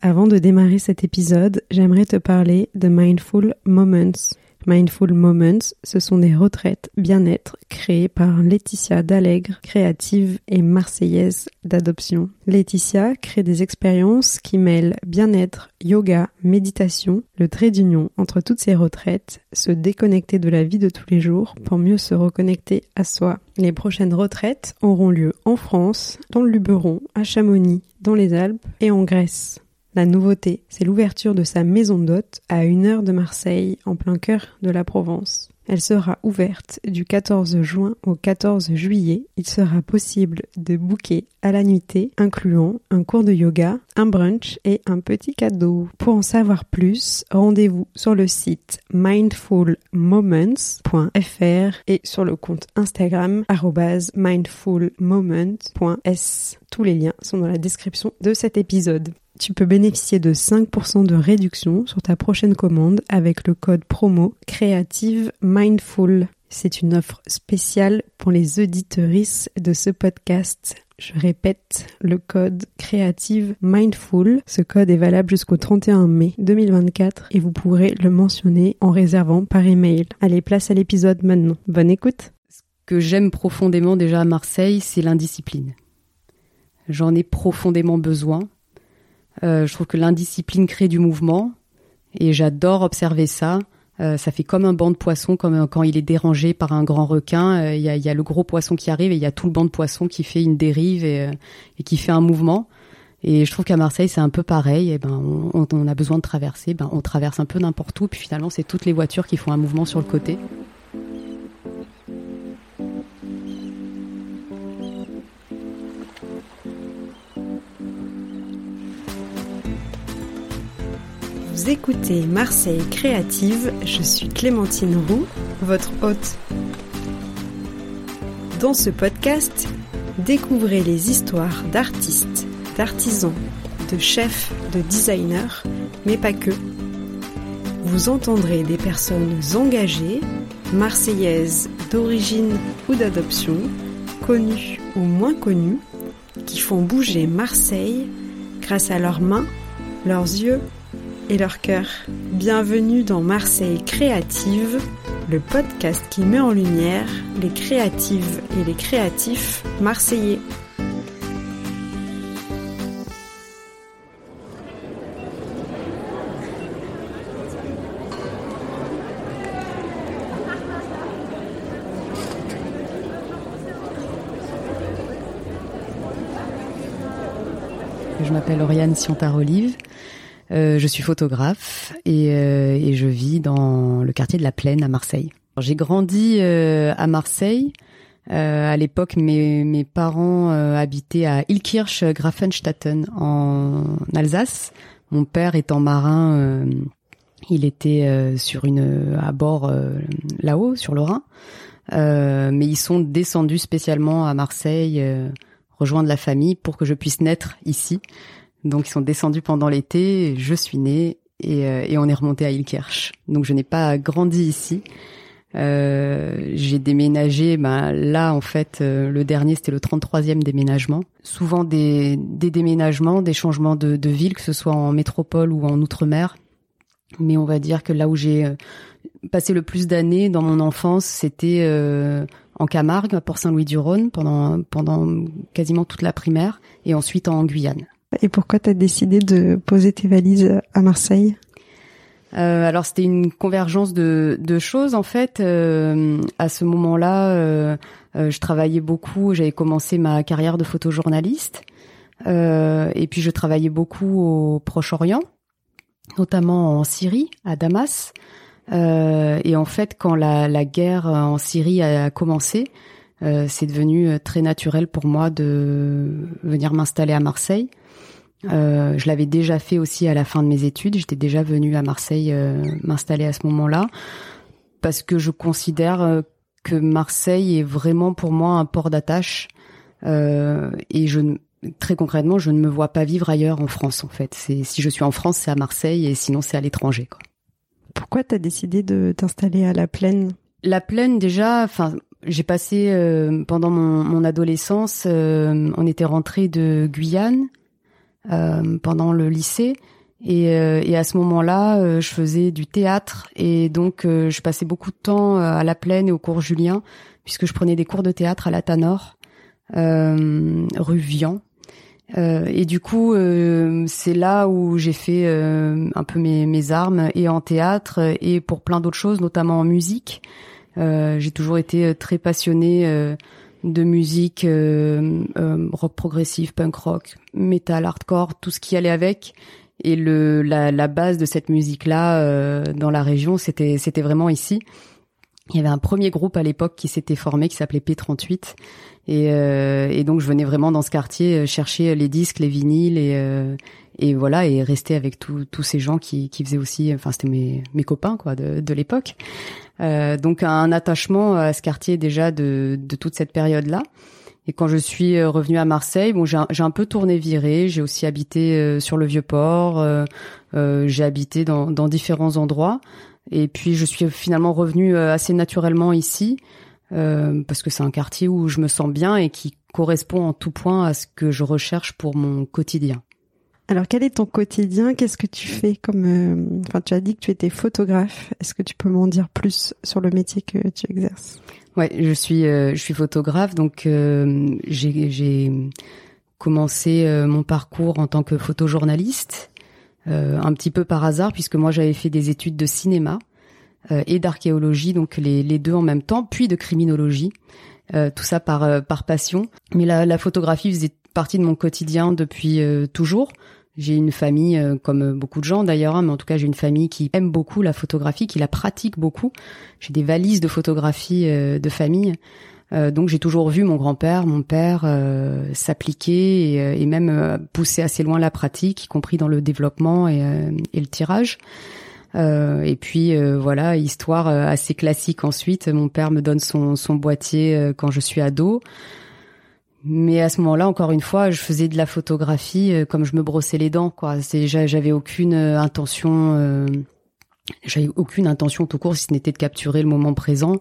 Avant de démarrer cet épisode, j'aimerais te parler de Mindful Moments. Mindful Moments, ce sont des retraites bien-être créées par Laetitia D'Allègre, créative et marseillaise d'adoption. Laetitia crée des expériences qui mêlent bien-être, yoga, méditation, le trait d'union entre toutes ces retraites, se déconnecter de la vie de tous les jours pour mieux se reconnecter à soi. Les prochaines retraites auront lieu en France, dans le Luberon, à Chamonix, dans les Alpes et en Grèce. La nouveauté, c'est l'ouverture de sa maison d'hôte à 1 heure de Marseille, en plein cœur de la Provence. Elle sera ouverte du 14 juin au 14 juillet. Il sera possible de booker à la nuitée, incluant un cours de yoga, un brunch et un petit cadeau. Pour en savoir plus, rendez-vous sur le site mindfulmoments.fr et sur le compte Instagram @mindfulmoments.s. Tous les liens sont dans la description de cet épisode. Tu peux bénéficier de 5% de réduction sur ta prochaine commande avec le code promo Creative Mindful. C'est une offre spéciale pour les auditeuristes de ce podcast. Je répète, le code Creative Mindful. Ce code est valable jusqu'au 31 mai 2024 et vous pourrez le mentionner en réservant par email. Allez, place à l'épisode maintenant. Bonne écoute. Ce que j'aime profondément déjà à Marseille, c'est l'indiscipline. J'en ai profondément besoin. Je trouve que l'indiscipline crée du mouvement et j'adore observer ça. Ça fait comme un banc de poissons, comme quand il est dérangé par un grand requin. Il y a le gros poisson qui arrive et il y a tout le banc de poissons qui fait une dérive et qui fait un mouvement. Et je trouve qu'à Marseille, c'est un peu pareil. Et on a besoin de traverser. On traverse un peu n'importe où. Puis finalement, c'est toutes les voitures qui font un mouvement sur le côté. Vous écoutez Marseille Créative, je suis Clémentine Roux, votre hôte. Dans ce podcast, découvrez les histoires d'artistes, d'artisans, de chefs, de designers, mais pas que. Vous entendrez des personnes engagées, marseillaises d'origine ou d'adoption, connues ou moins connues, qui font bouger Marseille grâce à leurs mains, leurs yeux et leur cœur. Bienvenue dans Marseille Créative, le podcast qui met en lumière les créatives et les créatifs marseillais. Je m'appelle Lauriane Siontar-Olive. Je suis photographe et je vis dans le quartier de la Plaine à Marseille. Alors, j'ai grandi à Marseille. À l'époque, mes parents habitaient à Illkirch Grafenstatten en Alsace. Mon père étant marin, il était à bord là-haut sur le Rhin. Mais ils sont descendus spécialement à Marseille rejoindre la famille pour que je puisse naître ici. Donc ils sont descendus pendant l'été, je suis née et on est remonté à Illkirch. Donc je n'ai pas grandi ici. J'ai déménagé, là en fait le dernier c'était le 33e déménagement. Souvent des déménagements, des changements de ville, que ce soit en métropole ou en outre-mer. Mais on va dire que là où j'ai passé le plus d'années dans mon enfance, c'était en Camargue, à Port-Saint-Louis-du-Rhône pendant quasiment toute la primaire et ensuite en Guyane. Et pourquoi t'as décidé de poser tes valises à Marseille ? Alors c'était une convergence de choses en fait. À ce moment-là, je travaillais beaucoup. J'avais commencé ma carrière de photojournaliste et puis je travaillais beaucoup au Proche-Orient, notamment en Syrie, à Damas. Et en fait, quand la guerre en Syrie a commencé, c'est devenu très naturel pour moi de venir m'installer à Marseille. Je l'avais déjà fait aussi à la fin de mes études. J'étais déjà venue à Marseille m'installer à ce moment-là parce que je considère que Marseille est vraiment pour moi un port d'attache et très concrètement, je ne me vois pas vivre ailleurs en France en fait. Si je suis en France, c'est à Marseille et sinon c'est à l'étranger quoi. Pourquoi t'as décidé de t'installer à La Plaine ? La Plaine déjà, j'ai passé pendant mon adolescence, on était rentré de Guyane. pendant le lycée. Et à ce moment-là, je faisais du théâtre et donc je passais beaucoup de temps à la Plaine et au cours Julien, puisque je prenais des cours de théâtre à la Tanor, rue Vian. Et du coup, c'est là où j'ai fait un peu mes armes, et en théâtre et pour plein d'autres choses, notamment en musique. J'ai toujours été très passionnée de musique rock progressif, punk rock, metal, hardcore, tout ce qui allait avec. Et la base de cette musique-là dans la région, c'était vraiment ici. Il y avait un premier groupe à l'époque qui s'était formé, qui s'appelait P38, et donc je venais vraiment dans ce quartier chercher les disques, les vinyles, et voilà, et rester avec tous ces gens qui faisaient aussi, enfin c'était mes copains quoi de l'époque. Donc un attachement à ce quartier déjà de toute cette période-là. Et quand je suis revenue à Marseille, bon, j'ai un peu tourné viré. J'ai aussi habité sur le Vieux-Port. J'ai habité dans différents endroits. Et puis je suis finalement revenue assez naturellement ici, parce que c'est un quartier où je me sens bien et qui correspond en tout point à ce que je recherche pour mon quotidien. Alors, quel est ton quotidien? Qu'est-ce que tu fais comme... Enfin, tu as dit que tu étais photographe. Est-ce que tu peux m'en dire plus sur le métier que tu exerces? Ouais, je suis photographe, donc j'ai commencé mon parcours en tant que photojournaliste, un petit peu par hasard, puisque moi j'avais fait des études de cinéma et d'archéologie, donc les deux en même temps, puis de criminologie, tout ça par passion. Mais la photographie faisait partie de mon quotidien depuis toujours. J'ai une famille, comme beaucoup de gens d'ailleurs, mais en tout cas j'ai une famille qui aime beaucoup la photographie, qui la pratique beaucoup. J'ai des valises de photographie de famille. Donc j'ai toujours vu mon grand-père, mon père s'appliquer et même pousser assez loin la pratique, y compris dans le développement et le tirage. Et puis voilà, histoire assez classique ensuite. Mon père me donne son boîtier quand je suis ado. Mais à ce moment-là, encore une fois, je faisais de la photographie comme je me brossais les dents, quoi. J'avais aucune intention tout court, si ce n'était de capturer le moment présent.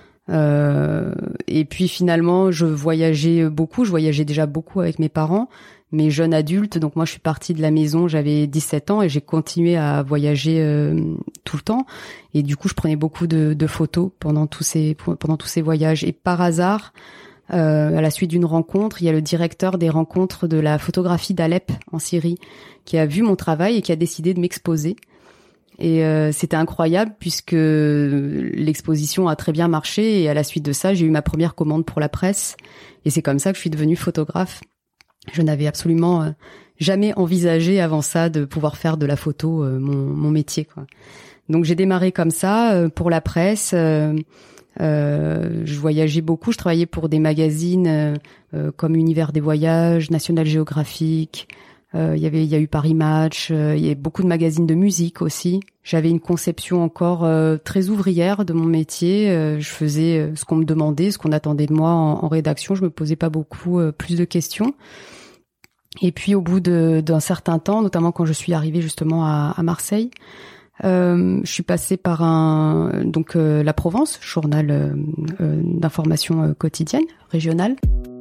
Et puis finalement, je voyageais déjà beaucoup avec mes parents, mais jeune adulte. Donc moi, je suis partie de la maison, j'avais 17 ans et j'ai continué à voyager tout le temps. Et du coup, je prenais beaucoup de photos pendant tous ces voyages. Et par hasard, à la suite d'une rencontre, il y a le directeur des rencontres de la photographie d'Alep en Syrie qui a vu mon travail et qui a décidé de m'exposer. Et c'était incroyable puisque l'exposition a très bien marché et à la suite de ça, j'ai eu ma première commande pour la presse et c'est comme ça que je suis devenue photographe. Je n'avais absolument jamais envisagé avant ça de pouvoir faire de la photo mon métier, quoi. Donc j'ai démarré comme ça pour la presse. Je voyageais beaucoup, je travaillais pour des magazines comme Univers des voyages, National Geographic, il y a eu Paris Match, il y a beaucoup de magazines de musique aussi. J'avais une conception encore très ouvrière de mon métier, je faisais ce qu'on me demandait, ce qu'on attendait de moi en rédaction, je me posais pas beaucoup plus de questions. Et puis au bout d'un certain temps, notamment quand je suis arrivée justement à Marseille, je suis passée par La Provence, journal d'information quotidienne, régionale.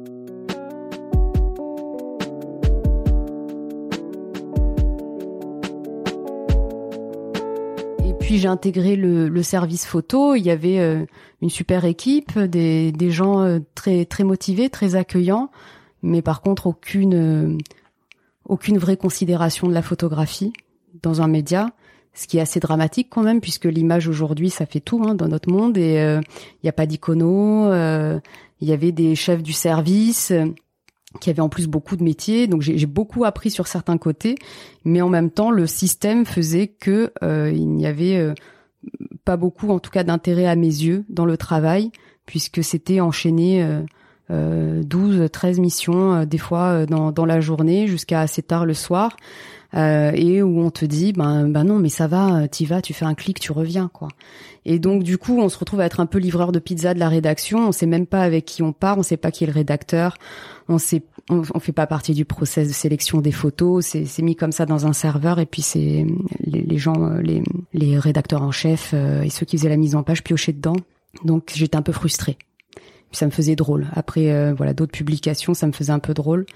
Et puis j'ai intégré le service photo. Il y avait une super équipe, des gens très très motivés, très accueillants, mais par contre aucune vraie considération de la photographie dans un média. Ce qui est assez dramatique quand même, puisque l'image aujourd'hui, ça fait tout dans notre monde. Et il n'y a pas d'icono. Il y avait des chefs du service qui avaient en plus beaucoup de métiers. Donc j'ai beaucoup appris sur certains côtés. Mais en même temps, le système faisait que il n'y avait pas beaucoup, en tout cas, d'intérêt à mes yeux dans le travail, puisque c'était enchaîné 12, 13 missions, des fois dans la journée, jusqu'à assez tard le soir. Et où on te dit ben non mais ça va, t'y vas, tu fais un clic, tu reviens quoi. Et donc du coup on se retrouve à être un peu livreur de pizza de la rédaction, on sait même pas avec qui on part, on sait pas qui est le rédacteur, on fait pas partie du process de sélection des photos, c'est mis comme ça dans un serveur et puis c'est les gens, les rédacteurs en chef et ceux qui faisaient la mise en page piochaient dedans. Donc j'étais un peu frustrée. Puis ça me faisait drôle. Après d'autres publications, ça me faisait un peu drôle.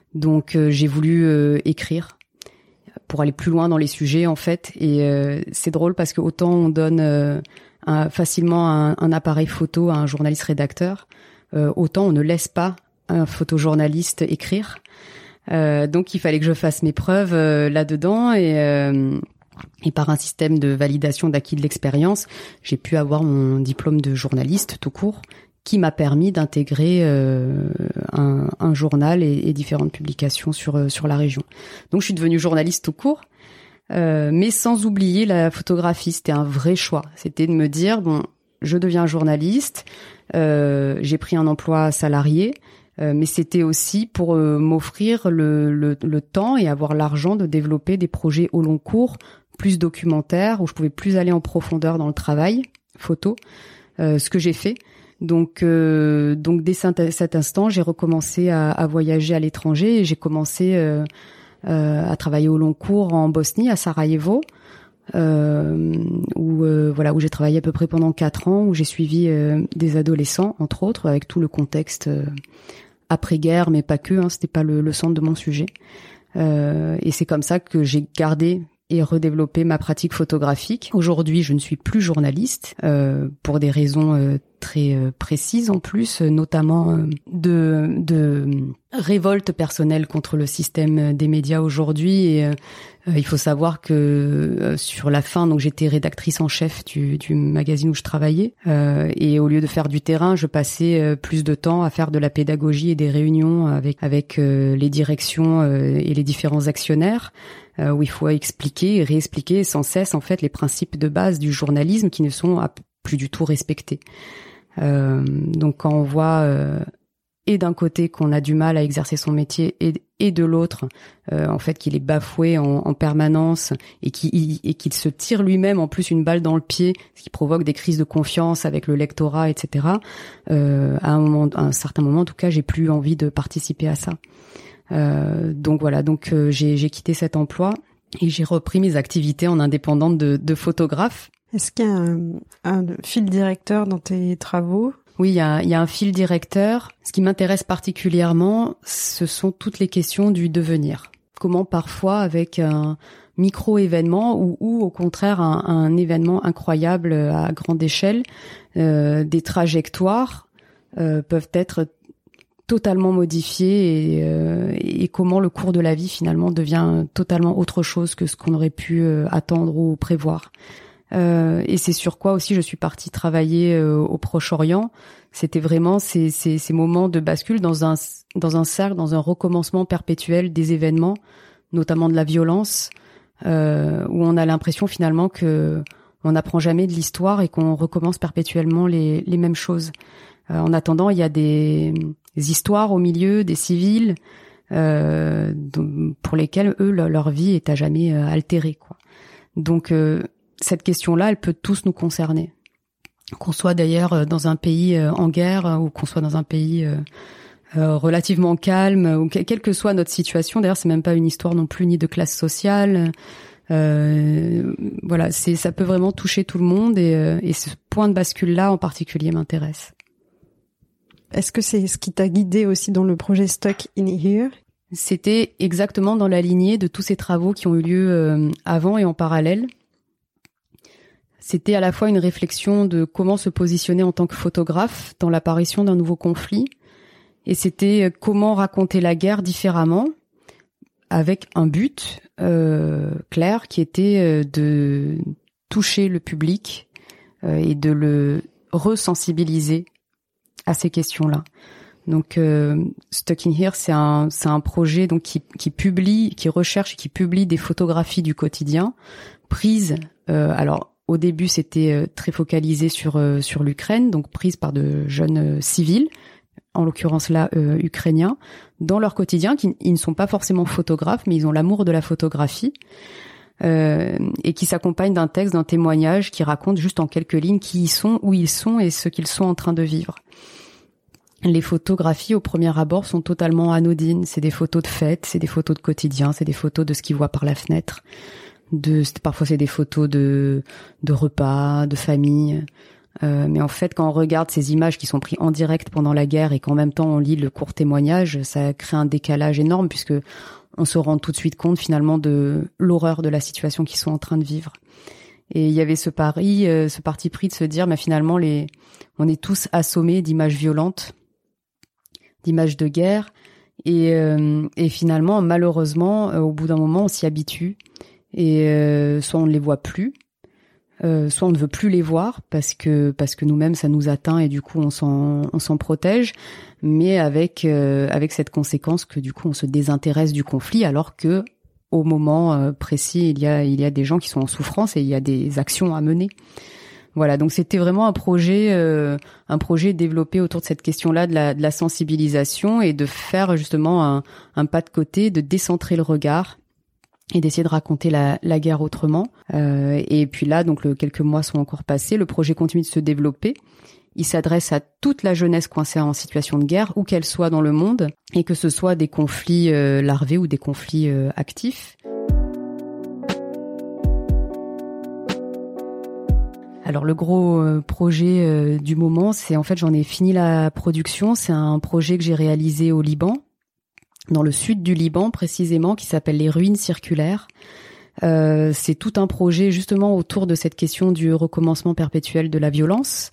Donc j'ai voulu écrire pour aller plus loin dans les sujets en fait. Et c'est drôle parce que autant on donne facilement un appareil photo à un journaliste rédacteur, autant on ne laisse pas un photojournaliste écrire. Donc il fallait que je fasse mes preuves là-dedans et par un système de validation d'acquis de l'expérience, j'ai pu avoir mon diplôme de journaliste tout court, qui m'a permis d'intégrer un journal et différentes publications sur la région. Donc je suis devenue journaliste tout court, mais sans oublier la photographie. C'était un vrai choix. C'était de me dire, bon, je deviens journaliste, j'ai pris un emploi salarié, mais c'était aussi pour m'offrir le temps et avoir l'argent de développer des projets au long cours, plus documentaires, où je pouvais plus aller en profondeur dans le travail photo, ce que j'ai fait. Donc dès cet instant, j'ai recommencé à voyager à l'étranger et j'ai commencé à travailler au long cours en Bosnie, à Sarajevo, où j'ai travaillé à peu près pendant 4 ans, où j'ai suivi des adolescents, entre autres, avec tout le contexte après-guerre, mais pas que, c'était pas le centre de mon sujet. Et c'est comme ça que j'ai gardé et redéveloppé ma pratique photographique. Aujourd'hui, je ne suis plus journaliste pour des raisons très précises en plus, notamment de révolte personnelle contre le système des médias aujourd'hui. Et il faut savoir que sur la fin, donc j'étais rédactrice en chef du magazine où je travaillais, et au lieu de faire du terrain, je passais plus de temps à faire de la pédagogie et des réunions avec les directions et les différents actionnaires, où il faut expliquer et réexpliquer sans cesse en fait les principes de base du journalisme qui ne sont plus du tout respectés. Donc quand on voit et d'un côté qu'on a du mal à exercer son métier et de l'autre en fait qu'il est bafoué en permanence et qu'il se tire lui-même en plus une balle dans le pied, ce qui provoque des crises de confiance avec le lectorat, etc. À un certain moment en tout cas, j'ai plus envie de participer à ça. Donc voilà, j'ai quitté cet emploi et j'ai repris mes activités en indépendante de photographe. Est-ce qu'il y a un fil directeur dans tes travaux ? Oui, il y a un fil directeur. Ce qui m'intéresse particulièrement, ce sont toutes les questions du devenir. Comment parfois, avec un micro-événement ou au contraire un événement incroyable à grande échelle, des trajectoires peuvent être totalement modifiées et comment le cours de la vie finalement devient totalement autre chose que ce qu'on aurait pu attendre ou prévoir. Et c'est sur quoi aussi je suis partie travailler au Proche-Orient. C'était vraiment ces moments de bascule dans un cercle, dans un recommencement perpétuel des événements, notamment de la violence, où on a l'impression finalement que on n'apprend jamais de l'histoire et qu'on recommence perpétuellement les mêmes choses. En attendant, il y a des histoires au milieu, des civils pour lesquels eux leur vie est à jamais altérée, quoi. Donc cette question-là, elle peut tous nous concerner. Qu'on soit d'ailleurs dans un pays en guerre ou qu'on soit dans un pays relativement calme, ou quelle que soit notre situation. D'ailleurs, c'est même pas une histoire non plus ni de classe sociale. Voilà, ça peut vraiment toucher tout le monde et ce point de bascule-là en particulier m'intéresse. Est-ce que c'est ce qui t'a guidé aussi dans le projet Stuck in Here ? C'était exactement dans la lignée de tous ces travaux qui ont eu lieu avant et en parallèle. C'était à la fois une réflexion de comment se positionner en tant que photographe dans l'apparition d'un nouveau conflit, et c'était comment raconter la guerre différemment, avec un but clair qui était de toucher le public et de le resensibiliser à ces questions-là. Donc Stuck in Here, c'est un projet donc qui recherche et qui publie des photographies du quotidien prises. Alors au début, c'était très focalisé sur l'Ukraine, donc prises par de jeunes civils, en l'occurrence là ukrainiens, dans leur quotidien. Ils ne sont pas forcément photographes, mais ils ont l'amour de la photographie. Et qui s'accompagne d'un texte, d'un témoignage qui raconte juste en quelques lignes qui ils sont, où ils sont et ce qu'ils sont en train de vivre. Les photographies au premier abord sont totalement anodines. C'est des photos de fêtes, c'est des photos de quotidien, c'est des photos de ce qu'ils voient par la fenêtre. Parfois c'est des photos de repas, de famille. Mais en fait, quand on regarde ces images qui sont prises en direct pendant la guerre et qu'en même temps on lit le court témoignage, ça crée un décalage énorme puisque on se rend tout de suite compte finalement de l'horreur de la situation qu'ils sont en train de vivre. Et il y avait ce parti pris de se dire, finalement, on est tous assommés d'images violentes, d'images de guerre, et finalement, malheureusement, au bout d'un moment, on s'y habitue, et soit on ne les voit plus, soit on ne veut plus les voir parce que nous-mêmes ça nous atteint et du coup on s'en protège, mais avec cette conséquence que du coup on se désintéresse du conflit alors que au moment précis, il y a des gens qui sont en souffrance et il y a des actions à mener. Voilà, donc c'était vraiment un projet développé autour de cette question-là de la sensibilisation et de faire justement un pas de côté, de décentrer le regard et d'essayer de raconter la guerre autrement. Et puis là, donc quelques mois sont encore passés, le projet continue de se développer. Il s'adresse à toute la jeunesse coincée en situation de guerre, où qu'elle soit dans le monde, et que ce soit des conflits larvés ou des conflits actifs. Alors le gros projet du moment, c'est en fait j'en ai fini la production. C'est un projet que j'ai réalisé au Liban, dans le sud du Liban précisément, qui s'appelle les ruines circulaires. C'est tout un projet justement autour de cette question du recommencement perpétuel de la violence.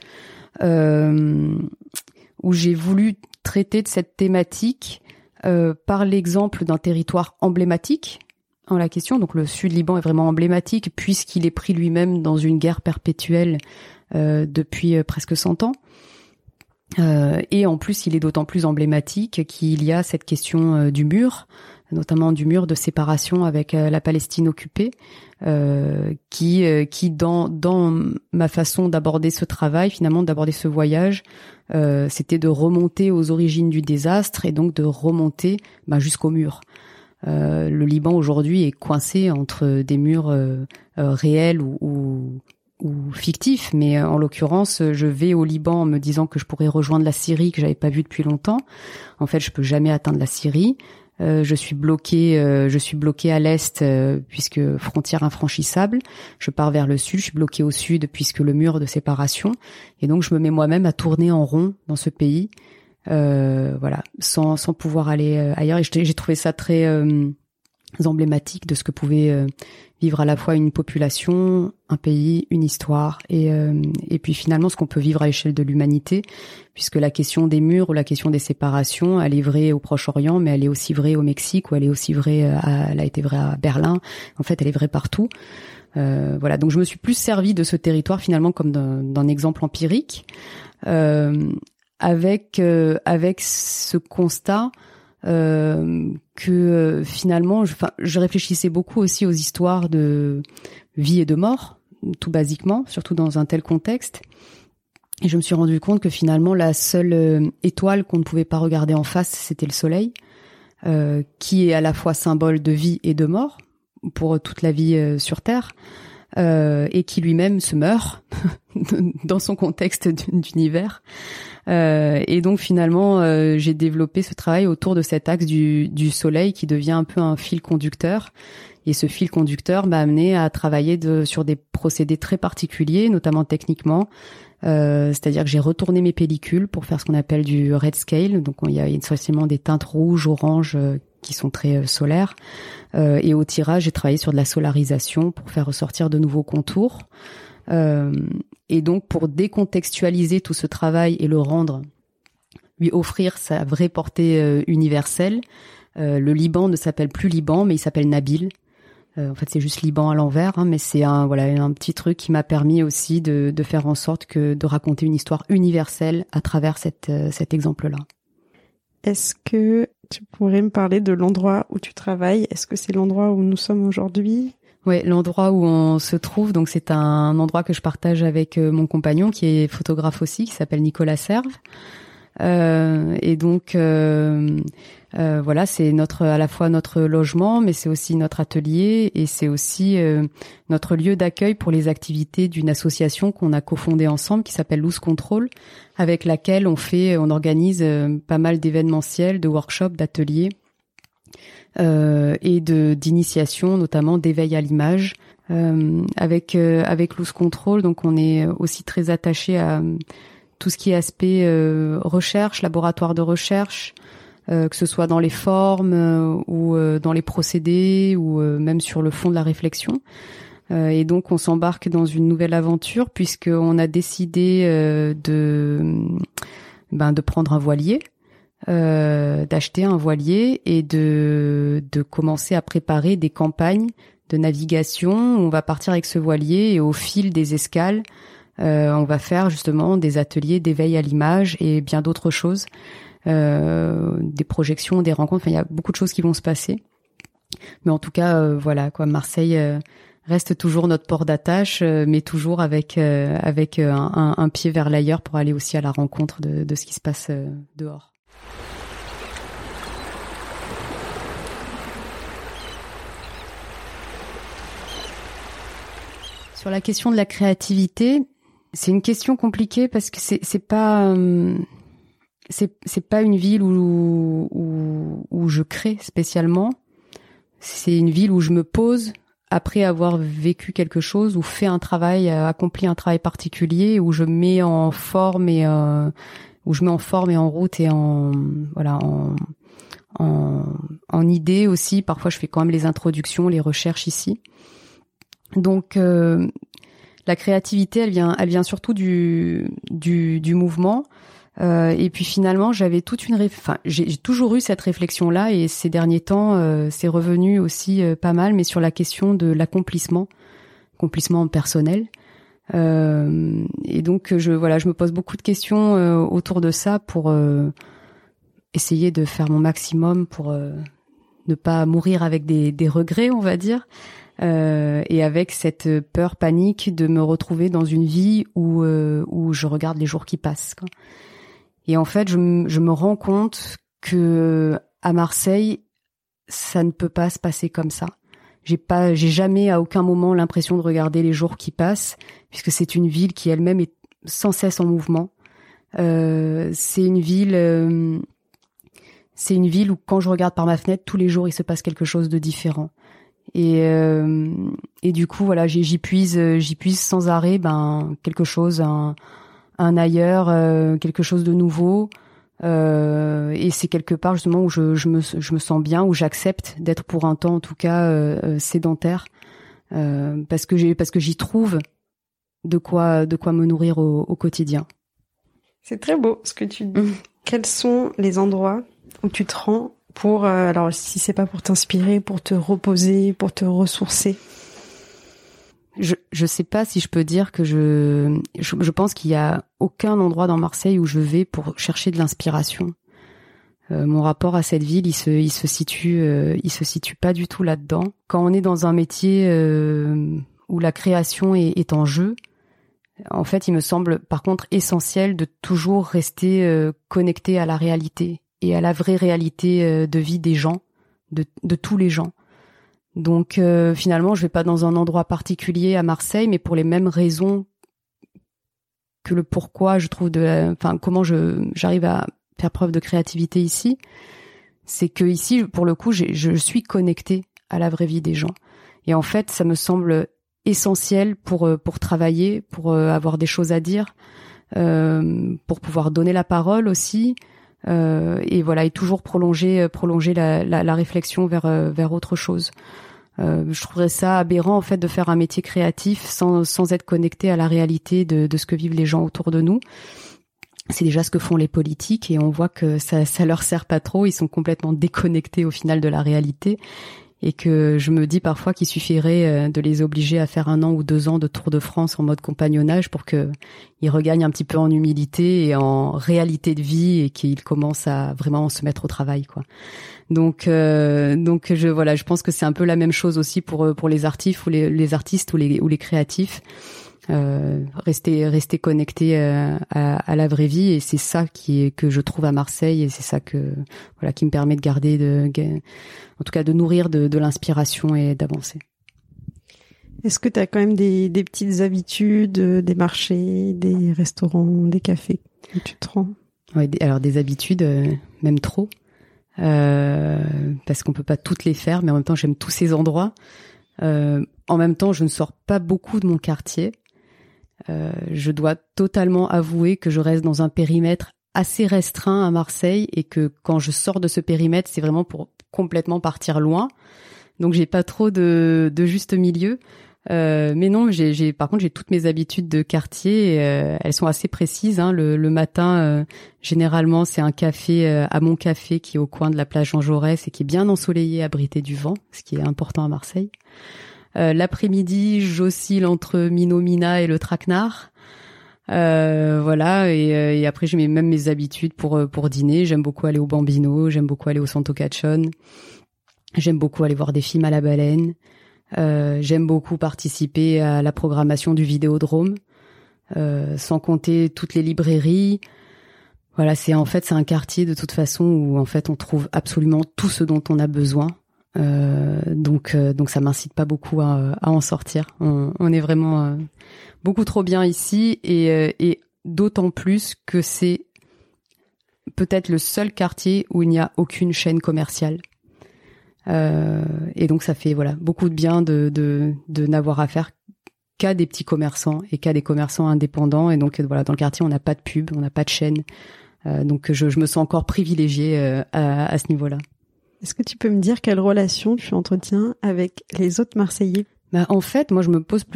Où j'ai voulu traiter de cette thématique par l'exemple d'un territoire emblématique en la question. Donc le sud Liban est vraiment emblématique puisqu'il est pris lui-même dans une guerre perpétuelle depuis presque 100 ans. Et en plus, il est d'autant plus emblématique qu'il y a cette question du mur, notamment du mur de séparation avec la Palestine occupée, qui dans ma façon d'aborder ce travail, finalement d'aborder ce voyage, c'était de remonter aux origines du désastre et donc de remonter jusqu'au mur. Le Liban aujourd'hui est coincé entre des murs réels ou fictifs, mais en l'occurrence, je vais au Liban en me disant que je pourrais rejoindre la Syrie que j'avais pas vue depuis longtemps. En fait, je peux jamais atteindre la Syrie. Je suis bloquée à l'est puisque frontière infranchissable. Je pars vers le sud, je suis bloquée au sud puisque le mur de séparation. Et donc je me mets moi-même à tourner en rond dans ce pays, sans pouvoir aller ailleurs. Et j'ai trouvé ça très emblématique de ce que pouvait vivre à la fois une population, un pays, une histoire, et puis finalement ce qu'on peut vivre à l'échelle de l'humanité, puisque la question des murs ou la question des séparations, elle est vraie au Proche-Orient, mais elle est aussi vraie au Mexique, ou elle est aussi vraie, elle a été vraie à Berlin. En fait, elle est vraie partout. Voilà, donc je me suis plus servi de ce territoire finalement comme d'un exemple empirique, avec ce constat. Que finalement, je réfléchissais beaucoup aussi aux histoires de vie et de mort, tout basiquement, surtout dans un tel contexte. Et je me suis rendu compte que finalement, la seule étoile qu'on ne pouvait pas regarder en face, c'était le soleil, qui est à la fois symbole de vie et de mort pour toute la vie sur Terre, et qui lui-même se meurt dans son contexte d'univers. Et donc finalement, j'ai développé ce travail autour de cet axe du soleil qui devient un peu un fil conducteur. Et ce fil conducteur m'a amené à travailler sur des procédés très particuliers, notamment techniquement. C'est-à-dire que j'ai retourné mes pellicules pour faire ce qu'on appelle du red scale. Donc il y a essentiellement des teintes rouges, oranges qui sont très solaires. Et au tirage, j'ai travaillé sur de la solarisation pour faire ressortir de nouveaux contours. Et donc, pour décontextualiser tout ce travail et le rendre, lui offrir sa vraie portée universelle, le Liban ne s'appelle plus Liban, mais il s'appelle Nabil. En fait, c'est juste Liban à l'envers, mais c'est un petit truc qui m'a permis aussi de faire en sorte de raconter une histoire universelle à travers cet exemple-là. Est-ce que tu pourrais me parler de l'endroit où tu travailles? Est-ce que c'est l'endroit où nous sommes aujourd'hui? Ouais, l'endroit où on se trouve, donc c'est un endroit que je partage avec mon compagnon qui est photographe aussi, qui s'appelle Nicolas Serve. Et donc voilà, c'est à la fois notre logement, mais c'est aussi notre atelier et c'est aussi notre lieu d'accueil pour les activités d'une association qu'on a cofondée ensemble qui s'appelle Loose Control, avec laquelle on organise pas mal d'événementiels, de workshops, d'ateliers. Et d'initiation, notamment d'éveil à l'image, Avec Loose Control, donc on est aussi très attaché à tout ce qui est aspect recherche, laboratoire de recherche, que ce soit dans les formes ou dans les procédés ou même sur le fond de la réflexion. Et donc on s'embarque dans une nouvelle aventure puisqu'on a décidé de prendre un voilier, d'acheter un voilier et de commencer à préparer des campagnes de navigation. On va partir avec ce voilier et au fil des escales, on va faire justement des ateliers d'éveil à l'image et bien d'autres choses, des projections, des rencontres. Enfin, il y a beaucoup de choses qui vont se passer. Mais en tout cas, voilà quoi. Marseille reste toujours notre port d'attache, mais toujours avec un pied vers l'ailleurs pour aller aussi à la rencontre de ce qui se passe dehors. Sur la question de la créativité, c'est une question compliquée parce que c'est pas une ville où je crée spécialement. C'est une ville où je me pose après avoir vécu quelque chose ou fait un travail, accompli un travail particulier, où je mets en forme et en route et en idée aussi. Parfois, je fais quand même les introductions, les recherches ici. Donc la créativité, elle vient surtout du mouvement. Et puis finalement, j'avais j'ai toujours eu cette réflexion-là, et ces derniers temps, c'est revenu aussi pas mal, mais sur la question de l'accomplissement personnel. Et donc je me pose beaucoup de questions autour de ça pour essayer de faire mon maximum pour ne pas mourir avec des regrets, on va dire. Et avec cette peur panique de me retrouver dans une vie où je regarde les jours qui passent, quoi. Et en fait, je me rends compte que à Marseille, ça ne peut pas se passer comme ça. J'ai jamais à aucun moment l'impression de regarder les jours qui passent, puisque c'est une ville qui elle-même est sans cesse en mouvement. C'est une ville où quand je regarde par ma fenêtre, tous les jours il se passe quelque chose de différent. Et du coup, voilà, j'y puise sans arrêt, quelque chose, un ailleurs, quelque chose de nouveau. Et c'est quelque part justement où je me sens bien, où j'accepte d'être pour un temps, en tout cas, sédentaire, parce que j'y trouve de quoi me nourrir au quotidien. C'est très beau ce que tu dis. Quels sont les endroits où tu te rends pour, alors si c'est pas pour t'inspirer, pour te reposer, pour te ressourcer? Je sais pas si je peux dire que je pense qu'il y a aucun endroit dans Marseille où je vais pour chercher de l'inspiration. Mon rapport à cette ville, il se situe pas du tout là-dedans. Quand on est dans un métier où la création est en jeu, en fait, il me semble par contre essentiel de toujours rester connecté à la réalité et à la vraie réalité de vie des gens, de tous les gens. Donc finalement, je vais pas dans un endroit particulier à Marseille, mais pour les mêmes raisons que le pourquoi je trouve comment j'arrive à faire preuve de créativité ici, c'est que ici, pour le coup, je suis connectée à la vraie vie des gens. Et en fait, ça me semble essentiel pour travailler, pour avoir des choses à dire, pour pouvoir donner la parole aussi. Et voilà, et toujours prolonger la réflexion vers autre chose. Je trouverais ça aberrant en fait de faire un métier créatif sans être connecté à la réalité de ce que vivent les gens autour de nous. C'est déjà ce que font les politiques et on voit que ça leur sert pas trop. Ils sont complètement déconnectés au final de la réalité. Et que je me dis parfois qu'il suffirait de les obliger à faire 1 an ou 2 ans de Tour de France en mode compagnonnage pour qu'ils regagnent un petit peu en humilité et en réalité de vie et qu'ils commencent à vraiment se mettre au travail, quoi. Donc je pense que c'est un peu la même chose aussi pour les artistes ou les artistes ou les créatifs. Rester connecté à la vraie vie, et c'est ça que je trouve à Marseille, et c'est ça qui me permet de garder en tout cas de nourrir de l'inspiration et d'avancer. Est-ce que tu as quand même des petites habitudes, des marchés, des restaurants, des cafés où tu te rends? Ouais, alors des habitudes, même trop, parce qu'on peut pas toutes les faire, mais en même temps j'aime tous ces endroits. En même temps, je ne sors pas beaucoup de mon quartier. Je dois totalement avouer que je reste dans un périmètre assez restreint à Marseille et que quand je sors de ce périmètre, c'est vraiment pour complètement partir loin. Donc j'ai pas trop de juste milieu. Mais non, par contre j'ai toutes mes habitudes de quartier. Elles sont assez précises. Hein. Le matin, généralement, c'est un café à Mon Café qui est au coin de la plage Jean Jaurès et qui est bien ensoleillé, abrité du vent, ce qui est important à Marseille. L'après-midi, j'oscille entre Minomina et le Traquenard. Voilà, et après j'ai même mes habitudes pour dîner. J'aime beaucoup aller au Bambino, j'aime beaucoup aller au Santo Caccione, j'aime beaucoup aller voir des films à la Baleine, j'aime beaucoup participer à la programmation du Vidéodrome, sans compter toutes les librairies. Voilà, c'est un quartier de toute façon où en fait on trouve absolument tout ce dont on a besoin. Donc ça m'incite pas beaucoup à en sortir. On est vraiment beaucoup trop bien ici et d'autant plus que c'est peut-être le seul quartier où il n'y a aucune chaîne commerciale. Et donc ça fait beaucoup de bien de n'avoir affaire qu'à des petits commerçants et qu'à des commerçants indépendants. Et donc dans le quartier on n'a pas de pub, on n'a pas de chaîne. Donc je me sens encore privilégiée à ce niveau-là. Est-ce que tu peux me dire quelle relation tu entretiens avec les autres Marseillais ? En fait, moi,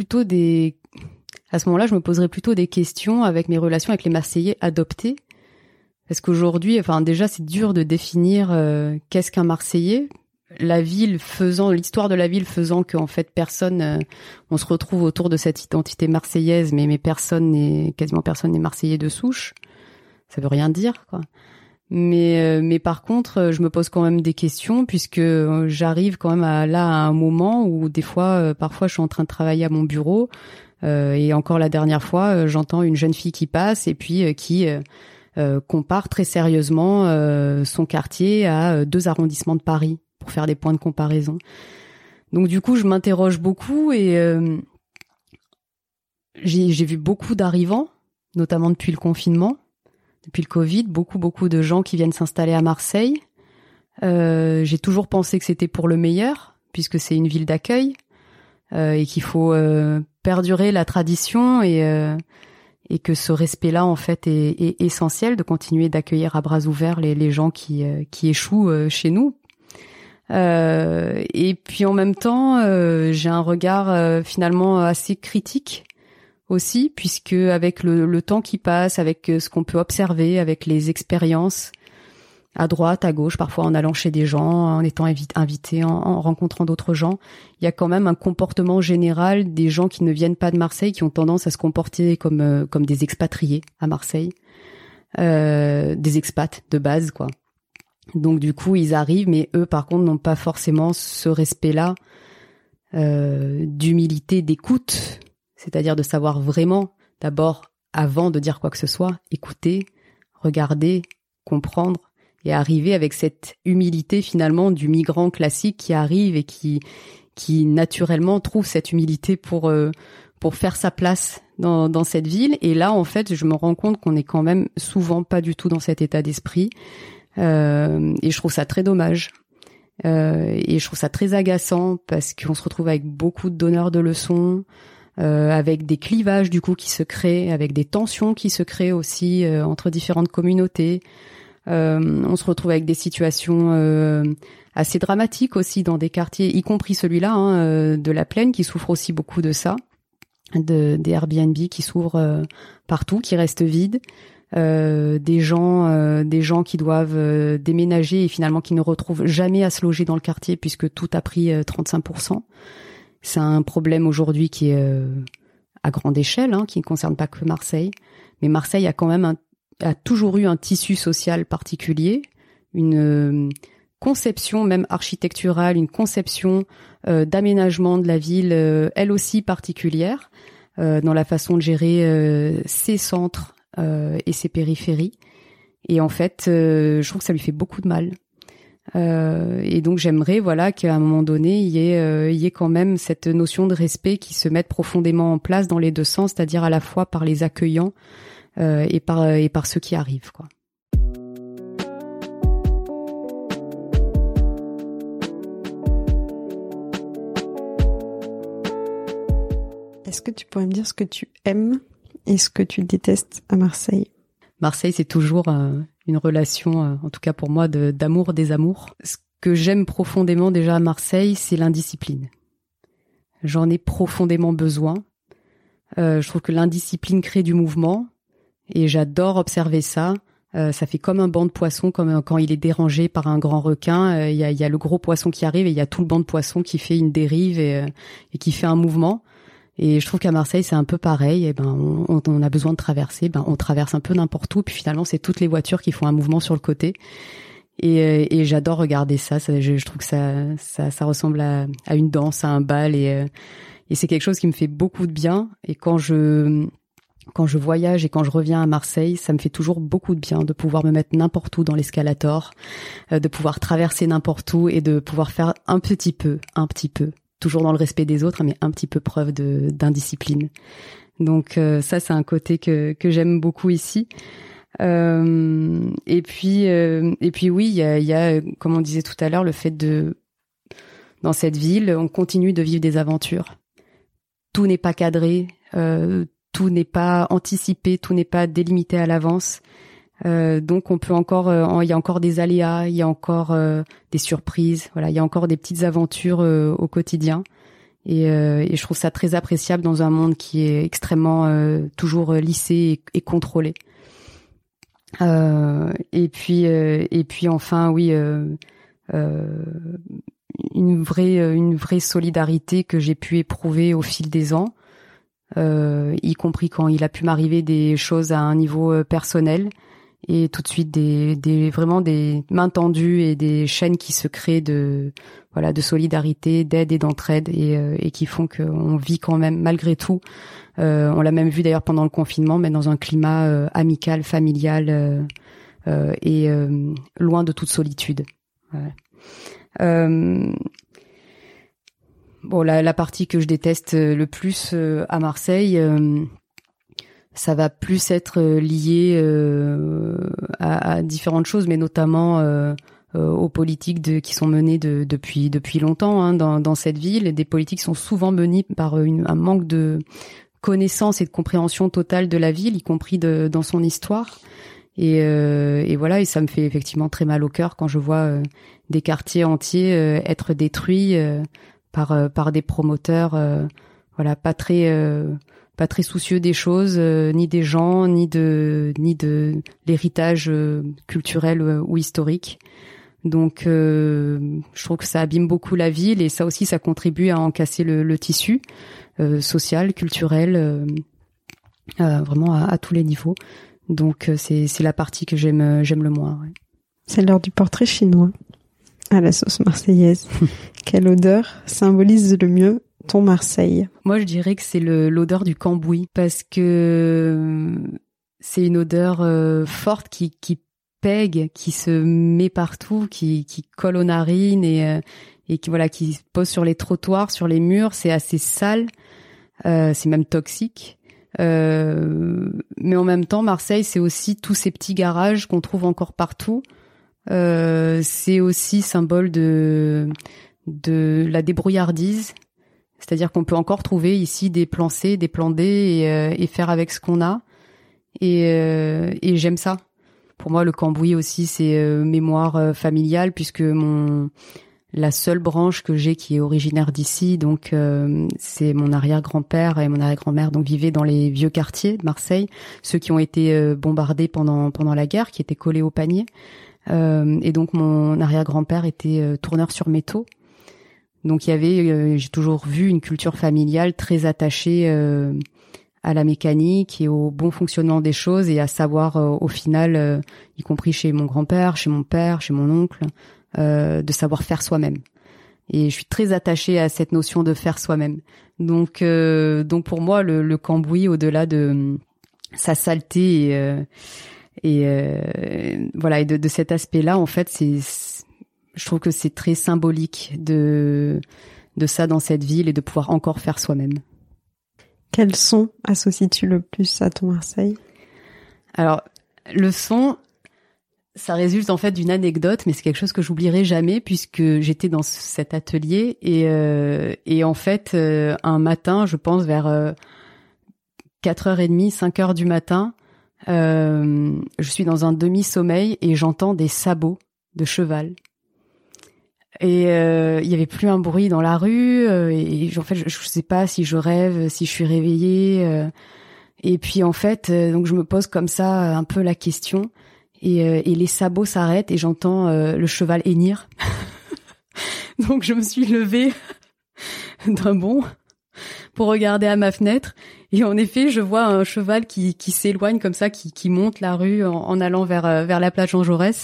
à ce moment-là, je me poserais plutôt des questions avec mes relations avec les Marseillais adoptés. Parce qu'aujourd'hui, déjà, c'est dur de définir qu'est-ce qu'un Marseillais. L'histoire de la ville faisant qu'en fait, on se retrouve autour de cette identité marseillaise, mais quasiment personne n'est Marseillais de souche. Ça veut rien dire, quoi. Mais par contre, je me pose quand même des questions puisque j'arrive quand même à un moment où parfois, je suis en train de travailler à mon bureau et encore la dernière fois, j'entends une jeune fille qui passe et puis qui compare très sérieusement son quartier à 2 arrondissements de Paris pour faire des points de comparaison. Donc du coup, je m'interroge beaucoup et j'ai vu beaucoup d'arrivants, notamment depuis le confinement. Depuis le Covid, beaucoup de gens qui viennent s'installer à Marseille. J'ai toujours pensé que c'était pour le meilleur, puisque c'est une ville d'accueil et qu'il faut perdurer la tradition et que ce respect-là, en fait, est essentiel de continuer d'accueillir à bras ouverts les gens qui échouent chez nous. Et puis en même temps, j'ai un regard finalement assez critique aussi, puisque avec le temps qui passe, avec ce qu'on peut observer, avec les expériences à droite, à gauche, parfois en allant chez des gens, en étant invité, en rencontrant d'autres gens, il y a quand même un comportement général des gens qui ne viennent pas de Marseille, qui ont tendance à se comporter comme des expatriés à Marseille, des expats de base, quoi. Donc du coup, ils arrivent, mais eux, par contre, n'ont pas forcément ce respect-là d'humilité, d'écoute. C'est-à-dire de savoir vraiment, d'abord, avant de dire quoi que ce soit, écouter, regarder, comprendre et arriver avec cette humilité finalement du migrant classique qui arrive et qui naturellement trouve cette humilité pour faire sa place dans cette ville. Et là, en fait, je me rends compte qu'on est quand même souvent pas du tout dans cet état d'esprit. Et je trouve ça très dommage. Et je trouve ça très agaçant parce qu'on se retrouve avec beaucoup de donneurs de leçons, avec des clivages du coup qui se créent, avec des tensions qui se créent aussi entre différentes communautés. On se retrouve avec des situations assez dramatiques aussi dans des quartiers, y compris celui-là de la Plaine, qui souffre aussi beaucoup de ça, des Airbnb qui s'ouvrent partout, qui restent vides, des gens qui doivent déménager et finalement qui ne retrouvent jamais à se loger dans le quartier puisque tout a pris 35%. C'est un problème aujourd'hui qui est à grande échelle, qui ne concerne pas que Marseille. Mais Marseille a quand même a toujours eu un tissu social particulier, une conception même architecturale, une conception d'aménagement de la ville, elle aussi particulière, dans la façon de gérer ses centres et ses périphéries. Et en fait, je trouve que ça lui fait beaucoup de mal. Et donc j'aimerais qu'à un moment donné il y ait quand même cette notion de respect qui se mette profondément en place dans les deux sens, c'est-à-dire à la fois par les accueillants et par ceux qui arrivent, quoi. Est-ce que tu pourrais me dire ce que tu aimes et ce que tu détestes à Marseille? Marseille, c'est toujours une relation, en tout cas pour moi, d'amour des amours. Ce que j'aime profondément déjà à Marseille, c'est l'indiscipline. J'en ai profondément besoin. Je trouve que l'indiscipline crée du mouvement et j'adore observer ça. Ça fait comme un banc de poissons, comme quand il est dérangé par un grand requin. Il y a le gros poisson qui arrive et il y a tout le banc de poissons qui fait une dérive et qui fait un mouvement. Et je trouve qu'à Marseille, c'est un peu pareil. Et on a besoin de traverser. On traverse un peu n'importe où. Puis finalement, c'est toutes les voitures qui font un mouvement sur le côté. Et j'adore regarder ça. Je trouve que ça ressemble à une danse, à un bal. Et c'est quelque chose qui me fait beaucoup de bien. Et quand je voyage et quand je reviens à Marseille, ça me fait toujours beaucoup de bien de pouvoir me mettre n'importe où dans l'escalator, de pouvoir traverser n'importe où et de pouvoir faire un petit peu, toujours dans le respect des autres, mais un petit peu preuve d'indiscipline. Donc ça, c'est un côté que j'aime beaucoup ici. Et puis oui, il y a, comme on disait tout à l'heure, le fait dans cette ville, on continue de vivre des aventures. Tout n'est pas cadré, tout n'est pas anticipé, tout n'est pas délimité à l'avance. Donc on peut encore, il y a encore des aléas, il y a encore des surprises. Voilà, il y a encore des petites aventures au quotidien. Et je trouve ça très appréciable dans un monde qui est extrêmement toujours lissé et contrôlé. Et puis enfin oui, une vraie solidarité que j'ai pu éprouver au fil des ans. Y compris quand il a pu m'arriver des choses à un niveau personnel et tout de suite vraiment des mains tendues et des chaînes qui se créent de solidarité, d'aide et d'entraide et qui font qu'on vit quand même malgré tout. On l'a même vu d'ailleurs pendant le confinement, mais dans un climat amical, familial et loin de toute solitude. Ouais. Bon, la partie que je déteste le plus à Marseille, ça va plus être lié à différentes choses, mais notamment aux politiques qui sont menées depuis longtemps dans cette ville. Et des politiques qui sont souvent menées par un manque de connaissance et de compréhension totale de la ville, y compris dans son histoire. Et voilà, et ça me fait effectivement très mal au cœur quand je vois des quartiers entiers être détruits par des promoteurs pas très soucieux des choses, ni des gens, ni de l'héritage culturel ou historique. Donc je trouve que ça abîme beaucoup la ville et ça aussi ça contribue à en casser le tissu social, culturel, vraiment à tous les niveaux. Donc c'est la partie que j'aime le moins. Ouais. C'est l'heure du portrait chinois à la sauce marseillaise. Quelle odeur symbolise le mieux ton Marseille? Moi, je dirais que c'est l'odeur du cambouis parce que c'est une odeur forte qui pègue, qui se met partout, qui colle aux narines et qui se pose sur les trottoirs, sur les murs. C'est assez sale, c'est même toxique. Mais en même temps, Marseille, c'est aussi tous ces petits garages qu'on trouve encore partout. C'est aussi symbole de la débrouillardise, c'est-à-dire qu'on peut encore trouver ici des plans C, des plans D et faire avec ce qu'on a. Et j'aime ça. Pour moi, le cambouis aussi, c'est mémoire familiale puisque la seule branche que j'ai qui est originaire d'ici, donc c'est mon arrière-grand-père et mon arrière-grand-mère, donc vivaient dans les vieux quartiers de Marseille, ceux qui ont été bombardés pendant la guerre, qui étaient collés au panier. Et donc mon arrière-grand-père était tourneur sur métaux. Donc il y avait, j'ai toujours vu une culture familiale très attachée à la mécanique et au bon fonctionnement des choses et à savoir au final, y compris chez mon grand-père, chez mon père, chez mon oncle, de savoir faire soi-même. Et je suis très attachée à cette notion de faire soi-même. Donc pour moi, le cambouis, au-delà de sa saleté et de cet aspect-là, en fait, je trouve que c'est très symbolique de ça dans cette ville et de pouvoir encore faire soi-même. Quel son associes-tu le plus à ton Marseille? Alors, le son, Ça résulte en fait d'une anecdote, mais c'est quelque chose que j'oublierai jamais puisque j'étais dans cet atelier et en fait un matin, je pense vers 4h30, 5h du matin, je suis dans un demi-sommeil et j'entends des sabots de cheval. Et il y avait plus un bruit dans la rue et en fait je sais pas si je rêve, si je suis réveillée et puis en fait donc je me pose comme ça un peu la question et les sabots s'arrêtent et j'entends le cheval hennir. Donc je me suis levée d'un bond pour regarder à ma fenêtre et en effet je vois un cheval qui s'éloigne comme ça, qui monte la rue en allant vers la plage Jean Jaurès.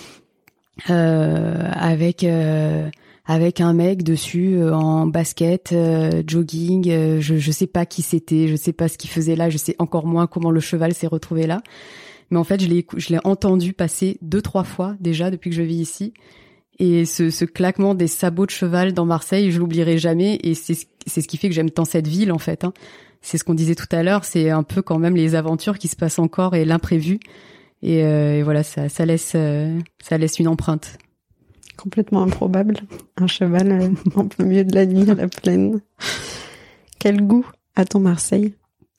Avec un mec dessus en basket, jogging, je sais pas qui c'était, je sais pas ce qu'il faisait là, je sais encore moins comment le cheval s'est retrouvé là. Mais en fait, je l'ai entendu passer 2-3 fois déjà depuis que je vis ici. Et ce claquement des sabots de cheval dans Marseille, je l'oublierai jamais et c'est ce qui fait que j'aime tant cette ville en fait, hein. C'est ce qu'on disait tout à l'heure, c'est un peu quand même les aventures qui se passent encore et l'imprévu. Et voilà, ça laisse une empreinte. Complètement improbable. Un cheval en plein milieu de la nuit à la plaine. Quel goût a-t-on Marseille ?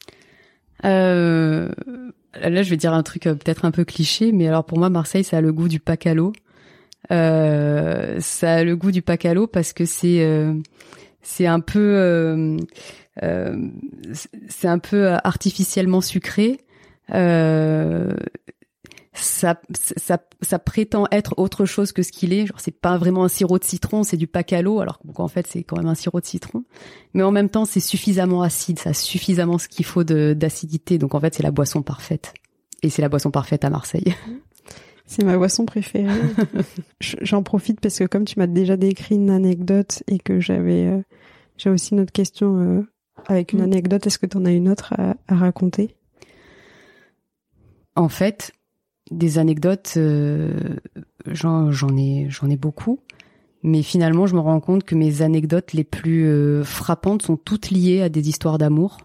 Là, je vais dire un truc peut-être un peu cliché, mais alors pour moi, Marseille, ça a le goût du pacalo. Ça a le goût du pacalo parce que c'est un peu artificiellement sucré. Ça prétend être autre chose que ce qu'il est. Genre, c'est pas vraiment un sirop de citron, c'est du pacalo, alors qu'en fait, c'est quand même un sirop de citron. Mais en même temps, c'est suffisamment acide, ça a suffisamment ce qu'il faut d'acidité. Donc en fait, c'est la boisson parfaite. Et c'est la boisson parfaite à Marseille. C'est ma boisson préférée. J'en profite parce que comme tu m'as déjà décrit une anecdote et que j'ai aussi une autre question avec une anecdote, est-ce que tu en as une autre à raconter ? En fait, des anecdotes, j'en ai beaucoup, mais finalement, je me rends compte que mes anecdotes les plus frappantes sont toutes liées à des histoires d'amour.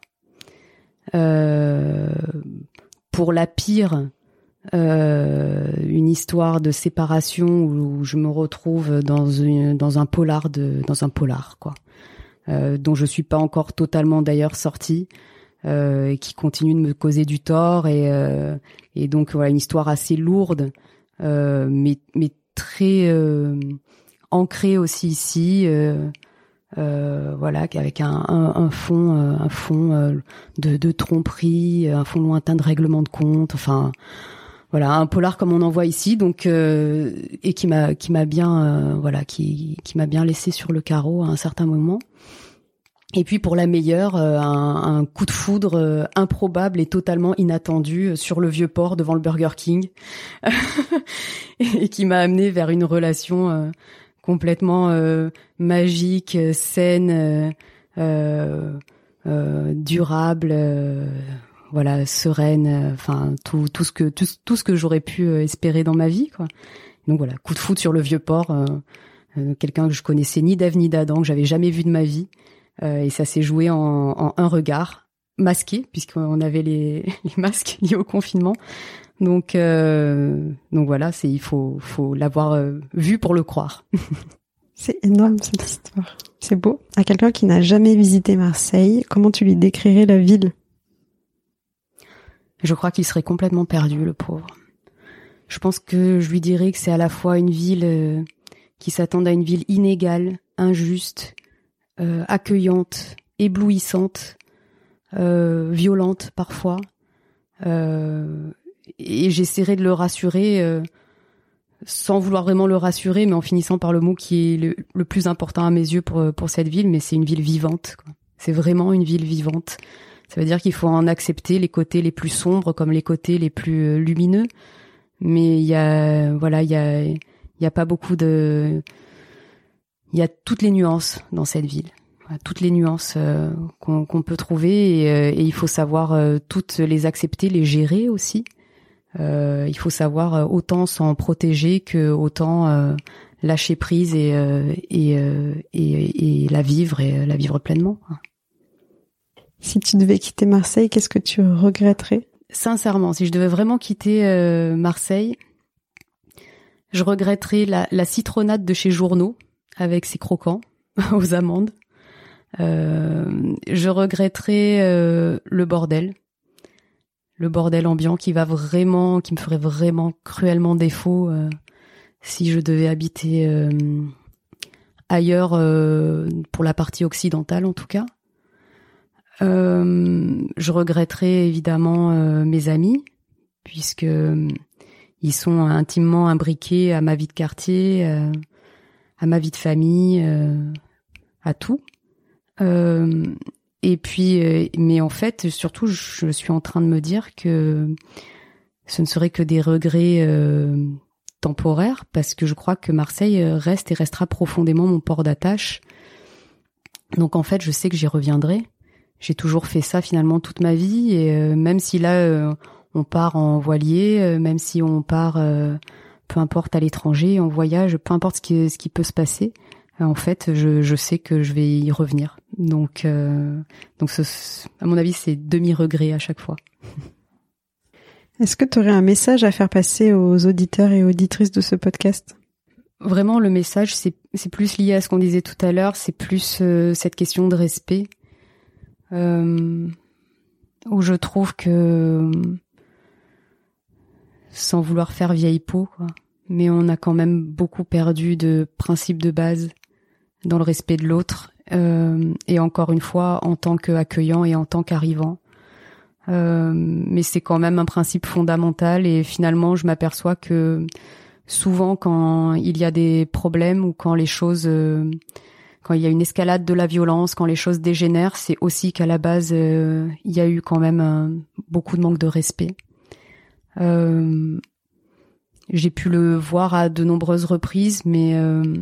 Pour la pire, une histoire de séparation où je me retrouve dans un polar quoi, dont je suis pas encore totalement d'ailleurs sortie. Et qui continue de me causer du tort et donc voilà une histoire assez lourde mais très ancrée aussi ici voilà avec un fond de tromperie, un fond lointain de règlement de compte, enfin voilà un polar comme on en voit ici donc et qui m'a bien qui m'a bien laissé sur le carreau à un certain moment. Et puis pour la meilleure, un coup de foudre improbable et totalement inattendu sur le Vieux-Port devant le Burger King et qui m'a amené vers une relation complètement magique, saine, durable, voilà, sereine, enfin tout ce que j'aurais pu espérer dans ma vie quoi. Donc voilà, coup de foudre sur le Vieux-Port, quelqu'un que je connaissais ni d'Ève ni d'Adam, que j'avais jamais vu de ma vie. Et ça s'est joué en un regard masqué puisqu'on avait les masques liés au confinement. Donc voilà, il faut l'avoir vu pour le croire. C'est énorme cette histoire. C'est beau. À quelqu'un qui n'a jamais visité Marseille, comment tu lui décrirais la ville ? Je crois qu'il serait complètement perdu, le pauvre. Je pense que je lui dirais que c'est à la fois une ville qui s'attend à une ville inégale, injuste, accueillante, éblouissante, violente parfois, et j'essaierai de le rassurer sans vouloir vraiment le rassurer, mais en finissant par le mot qui est le plus important à mes yeux pour cette ville, mais c'est une ville vivante, quoi. C'est vraiment une ville vivante. Ça veut dire qu'il faut en accepter les côtés les plus sombres comme les côtés les plus lumineux, mais il y a pas beaucoup il y a toutes les nuances dans cette ville, toutes les nuances qu'on peut trouver et il faut savoir toutes les accepter, les gérer aussi. Il faut savoir autant s'en protéger que autant lâcher prise et la vivre pleinement. Si tu devais quitter Marseille, qu'est-ce que tu regretterais ? Sincèrement, si je devais vraiment quitter Marseille, Je regretterai la citronnade de chez Journaux avec ses croquants aux amandes. Je regretterai le bordel ambiant qui me ferait vraiment cruellement défaut si je devais habiter ailleurs pour la partie occidentale en tout cas. Je regretterai évidemment mes amis puisque ils sont intimement imbriqués à ma vie de quartier, à ma vie de famille, à tout. Et puis, mais en fait, surtout, je suis en train de me dire que ce ne serait que des regrets temporaires, parce que je crois que Marseille reste et restera profondément mon port d'attache. Donc en fait, je sais que j'y reviendrai. J'ai toujours fait ça finalement toute ma vie, et même si là on part en voilier, même si on part, peu importe à l'étranger, en voyage, peu importe ce qui peut se passer. En fait, je sais que je vais y revenir. Donc à mon avis, c'est demi-regret à chaque fois. Est-ce que tu aurais un message à faire passer aux auditeurs et auditrices de ce podcast ? Vraiment, le message, c'est plus lié à ce qu'on disait tout à l'heure, c'est plus cette question de respect, où je trouve que, sans vouloir faire vieille peau, quoi, mais on a quand même beaucoup perdu de principes de base dans le respect de l'autre, et encore une fois en tant qu'accueillant et en tant qu'arrivant. Mais c'est quand même un principe fondamental, et finalement je m'aperçois que souvent quand il y a des problèmes ou quand les choses, quand il y a une escalade de la violence, quand les choses dégénèrent, c'est aussi qu'à la base il y a eu quand même beaucoup de manque de respect. J'ai pu le voir à de nombreuses reprises, mais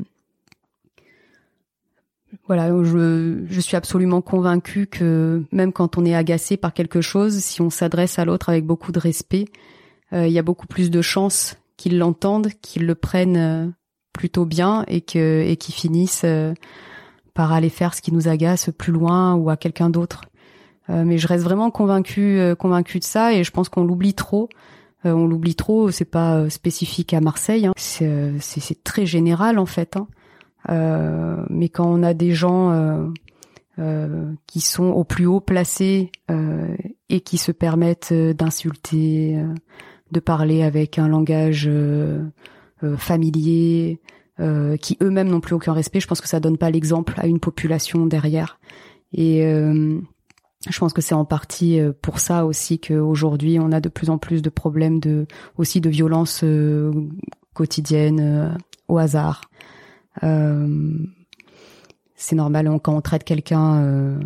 voilà, je suis absolument convaincue que même quand on est agacé par quelque chose, si on s'adresse à l'autre avec beaucoup de respect, il y a beaucoup plus de chances qu'ils l'entendent, qu'ils le prennent plutôt bien et qu'ils finissent par aller faire ce qui nous agace plus loin ou à quelqu'un d'autre. Mais je reste vraiment convaincue de ça, et je pense qu'on l'oublie trop. On l'oublie trop, c'est pas spécifique à Marseille, hein. C'est très général en fait, hein. Mais quand on a des gens qui sont au plus haut placés et qui se permettent d'insulter, de parler avec un langage familier, qui eux-mêmes n'ont plus aucun respect, je pense que ça donne pas l'exemple à une population derrière. Et je pense que c'est en partie pour ça aussi qu'aujourd'hui on a de plus en plus de problèmes aussi de violence quotidienne au hasard. C'est normal, quand on traite quelqu'un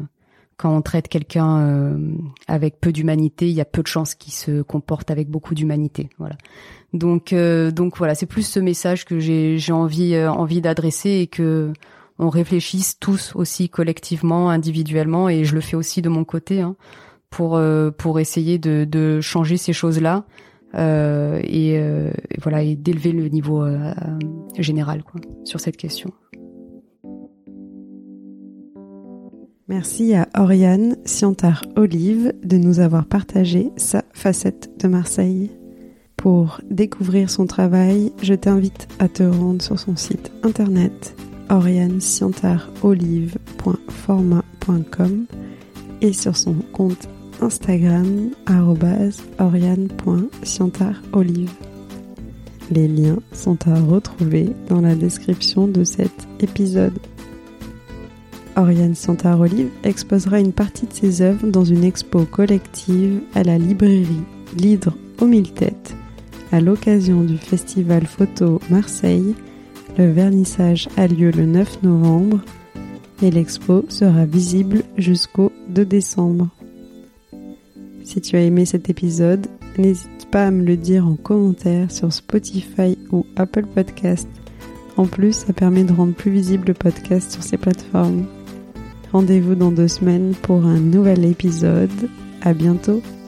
avec peu d'humanité, il y a peu de chances qu'il se comporte avec beaucoup d'humanité. Voilà. Donc voilà, c'est plus ce message que j'ai envie d'adresser, et que on réfléchisse tous aussi collectivement, individuellement, et je le fais aussi de mon côté, hein, pour essayer de changer ces choses-là, et voilà, et d'élever le niveau général, quoi, sur cette question. Merci à Oriane Siantard-Olive de nous avoir partagé sa facette de Marseille. Pour découvrir son travail, je t'invite à te rendre sur son site internet orianesiantarolive.forma.com et sur son compte Instagram @oriane.siantarolive. Les liens sont à retrouver dans la description de cet épisode. Oriane Siantard-Olive exposera une partie de ses œuvres dans une expo collective à la librairie L'Hydre aux Mille Têtes à l'occasion du festival photo Marseille. Le vernissage a lieu le 9 novembre et l'expo sera visible jusqu'au 2 décembre. Si tu as aimé cet épisode, n'hésite pas à me le dire en commentaire sur Spotify ou Apple Podcast. En plus, ça permet de rendre plus visible le podcast sur ces plateformes. Rendez-vous dans 2 semaines pour un nouvel épisode. À bientôt.